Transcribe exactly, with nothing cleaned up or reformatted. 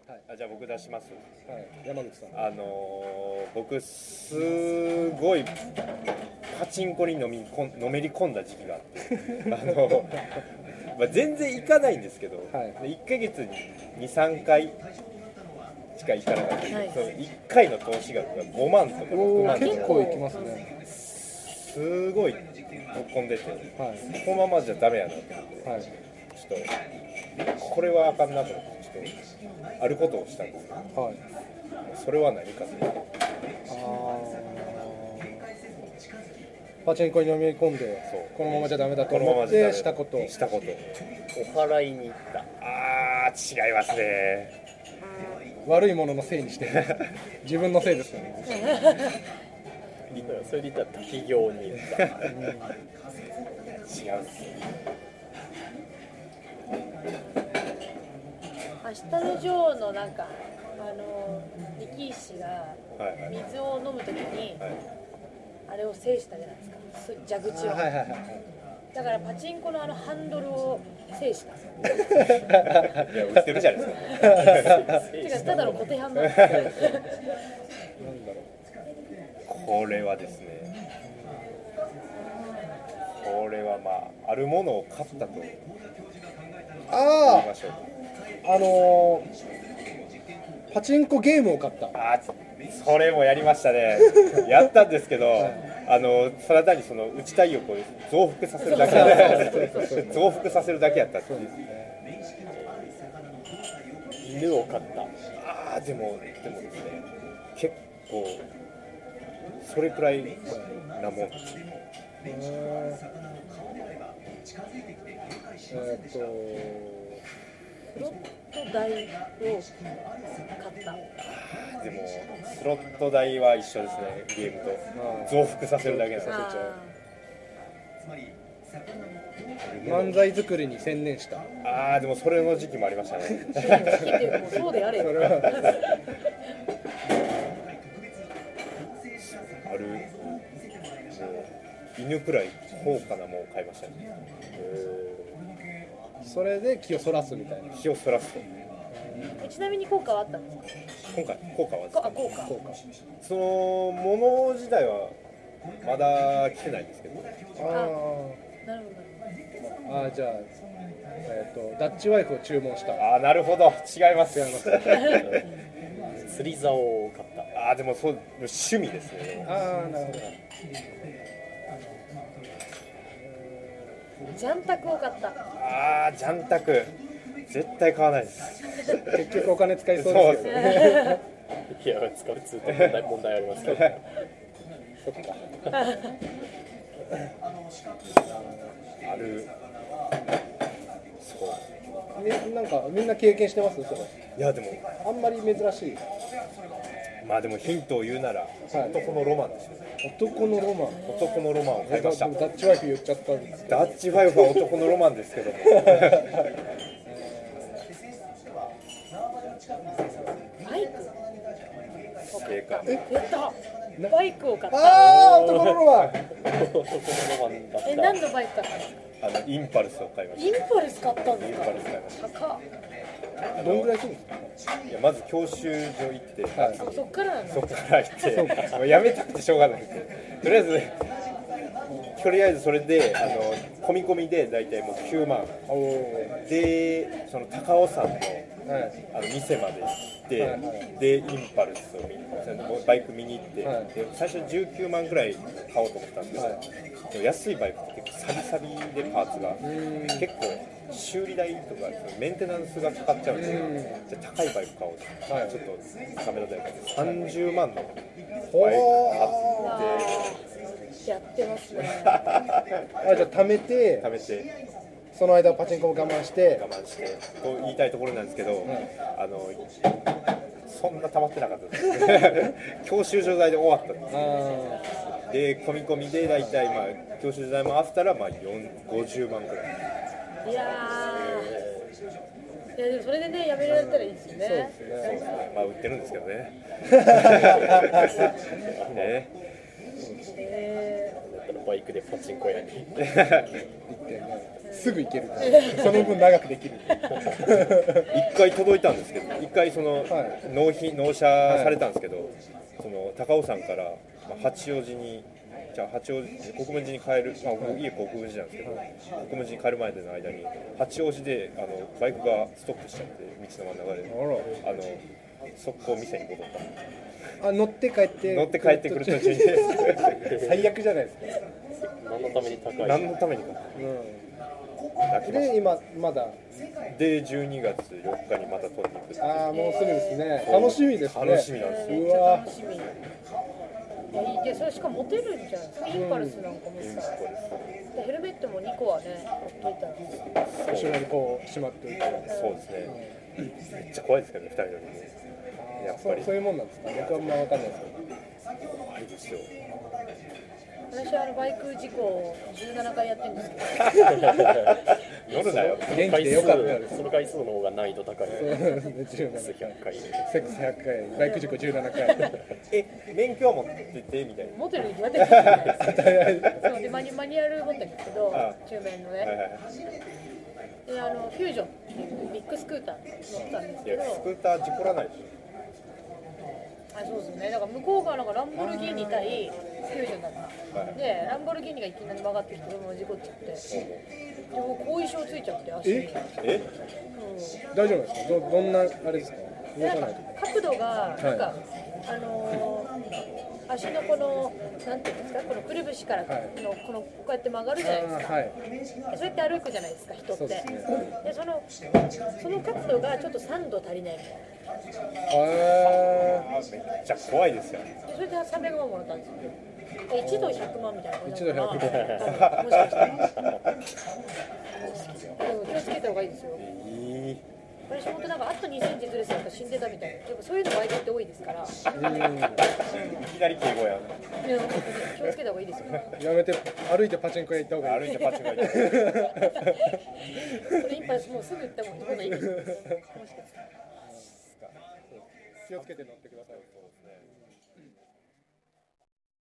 はい、 あじゃあ僕出します、 はい、山口さん。 あのー、僕すごいパチンコに飲みこんのめり込んだ時期があってあの、まあ、全然行かないんですけど、はい、いっかげつに にさんかいしか行かなかった、はい、そのいっかいの投資額がごまんとかろくまんとか結構行きますね。 すごいぶっ込んでて、はい、このままじゃダメやなと思って、はい、ちょっとこれはあかんなと思ってちょっとあることをしたんですよ、はい、それは何かというと、あパチンコに飲み込んでそうこのままじゃダメだと思ってしたことしたことお祓いに行った。 あー違いますね。 悪いもののせいにして自分のせいですよねそれで言ったら滝行に行った、うん、違うんですよ。 明日の女王のなんかあの力士が水を飲むときに、はいはい、あれを制したじゃないですか、蛇口を、はいはいはい、だからパチンコのあのハンドルを制したいや売ってるじゃないですかただの固定ハンドルなんだろうこれはですね、これはまああるものを買ったと言いましょうか。 ああのー、パチンコゲームを買った。 あそれもやりましたねやったんですけど、はい、あのただ単にその打ちたい欲を増幅させるだけ増幅させるだけやったっていう。 犬を飼った。 ああでもでもですね、結構それくらいなもん。 えーっとスロット台を買った。 でもスロット台は一緒ですね、ゲームと増幅させるだけさせちゃう。漫才作りに専念した。 ああでもそれの時期もありましたねそうであれよある犬くらい高価なものを買いましたね。 それで気をそらすみたいな。 気をそらすと。 ちなみに効果はあったんですか？ 今回効果はですか？ あ効果。 効果。そのもの自体はまだ来てないんですけど。 ああ。なるほど。ああじゃあえっとダッチワイフを注文した。 ああなるほど違いますよ。 釣り竿を買った。 ああでもそう趣味ですね。 ああなるほど。 ジャンタクを買った。 ああジャンタク絶対買わないです結局お金使いそうですよねいや使うつって問題問題ありますけどそっかあるそうね、なんかみんな経験してますそれ。 いやでもあんまり珍しい。 まあでもヒントを言うなら、はい、男のロマンですよね。 男のロマン。 男のロマンを買いました。 ダッチワイフ言っちゃったんですけど。 ダッチワイフは男のロマンですけどもバイク正解。 えやったバイクを買った。 ああ男のロマン男のロマンだった。 え何のバイク買ったんですか？ あのインパルスを買いました。 インパルス買ったんですか？ インパルス買いました。 高っ。 どんぐらいするんですか？ いやまず教習所行って、はい、 そっからなんだ。 そっから行ってもうやめたくてしょうがないんでとりあえずとりあえずそれであの込み込みでだいたいもうきゅうまんでその高尾山の、はい、あの店まで行って、はい、でインパルスを見にバイク見に行って、はい、で最初じゅうきゅうまんぐらい買おうと思ったんですけど、はい、でも安いバイクって結構サビサビでパーツが結構修理代とかメンテナンスがかかっちゃうんですよ。じゃあ高いバイク買おうと、はい、ちょっとカメラ代買ってさんじゅうまんのバイク買ってやってますねあじゃあ貯めて貯めてその間パチンコも我慢して我慢してと言いたいところなんですけど、うん、あのそんな溜まってなかったです教習所代で終わったんですで込み込みで大体、まあ、教習所代もあったら、まあ、ごじゅうまんくらい。 いやいやでもそれでねやめられたらいいですよね。 そうですね。 まあ売ってるんですけどね。ね。 えー、ババイクでパチンコ屋に行ってねすぐ行けるからその分長くできる一回届いたんですけど一回その、はい、納品納車されたんですけど、はい、その高尾山から、まあ、八王子にじゃあ八王子国分寺に帰る、まあ、僕家国分寺なんですけど、はい、国分寺に帰る前の間に八王子であのバイクがストップしちゃって道の真ん中であの速攻店に戻ったあ乗って帰って乗って帰ってくる途中に最悪じゃないですか何のために高い何のためにか、 うん、で今まだでじゅうにがつよっかにまた取りに行くああもうすぐですね楽しみですね楽しみなんですようわ楽しみいやいやそれしかも持てるんじゃないですかインパルスなんかもさ、うん、でヘルメットもにこはね持っといたら後ろにこうしまっておいてそうですね、うん、めっちゃ怖いですけどねふたり乗りねやっぱりそういうもんなんですか僕はあんま分かんないですけど怖いですよ私はあのバイク事故じゅうななかいやってるんですけど乗るなよ元気でよかったですその回数の方が難易度高いじゅうななかいひゃっかいセックスひゃっかいバイク事故じゅうななかいえ免許は持っててみたいな持ってるに決まってるじゃないですかそうでマニ、マニュアル持ってるんですけど中面のね、はいはい、であのフュージョンっていうビッグスクーター乗ったんですけどいやスクーター事故らないでしょあそうですねだから向こう側なんかランボルギーニ対フュージョンだった、はい、でランボルギーニがいきなり曲がってきてそのまま事故っちゃってでも後遺症ついちゃって足にええ、うん、大丈夫ですか ど, どんなあれですか動かないと角度がなんか、はい、あのー、足のこのなんていうんですかこのくるぶしからの、はい、このこうやって曲がるじゃないですか、はい、そうやって歩くじゃないですか人って そ, で、ね、そのその角度がちょっとさんど足りないみたいなあめっちゃ怖いですよねそれでさんびゃくまんもらったんですよいちどひゃくまんみたいな感じなのかなもしかして気をつけた方がいいですよ、えー私本当なんかあとにセンチずれてたら死んでたみたいなそういうのバイクって多いですからうんいきなり敬語やいや気をつけた方がいいですよやめて歩いてパチンコ屋行った方がいい歩いてパチンコ屋行った方がいいこれインパルスもうすぐ行ったもん今度いいですもしかして気をつけて乗ってください。 そうですね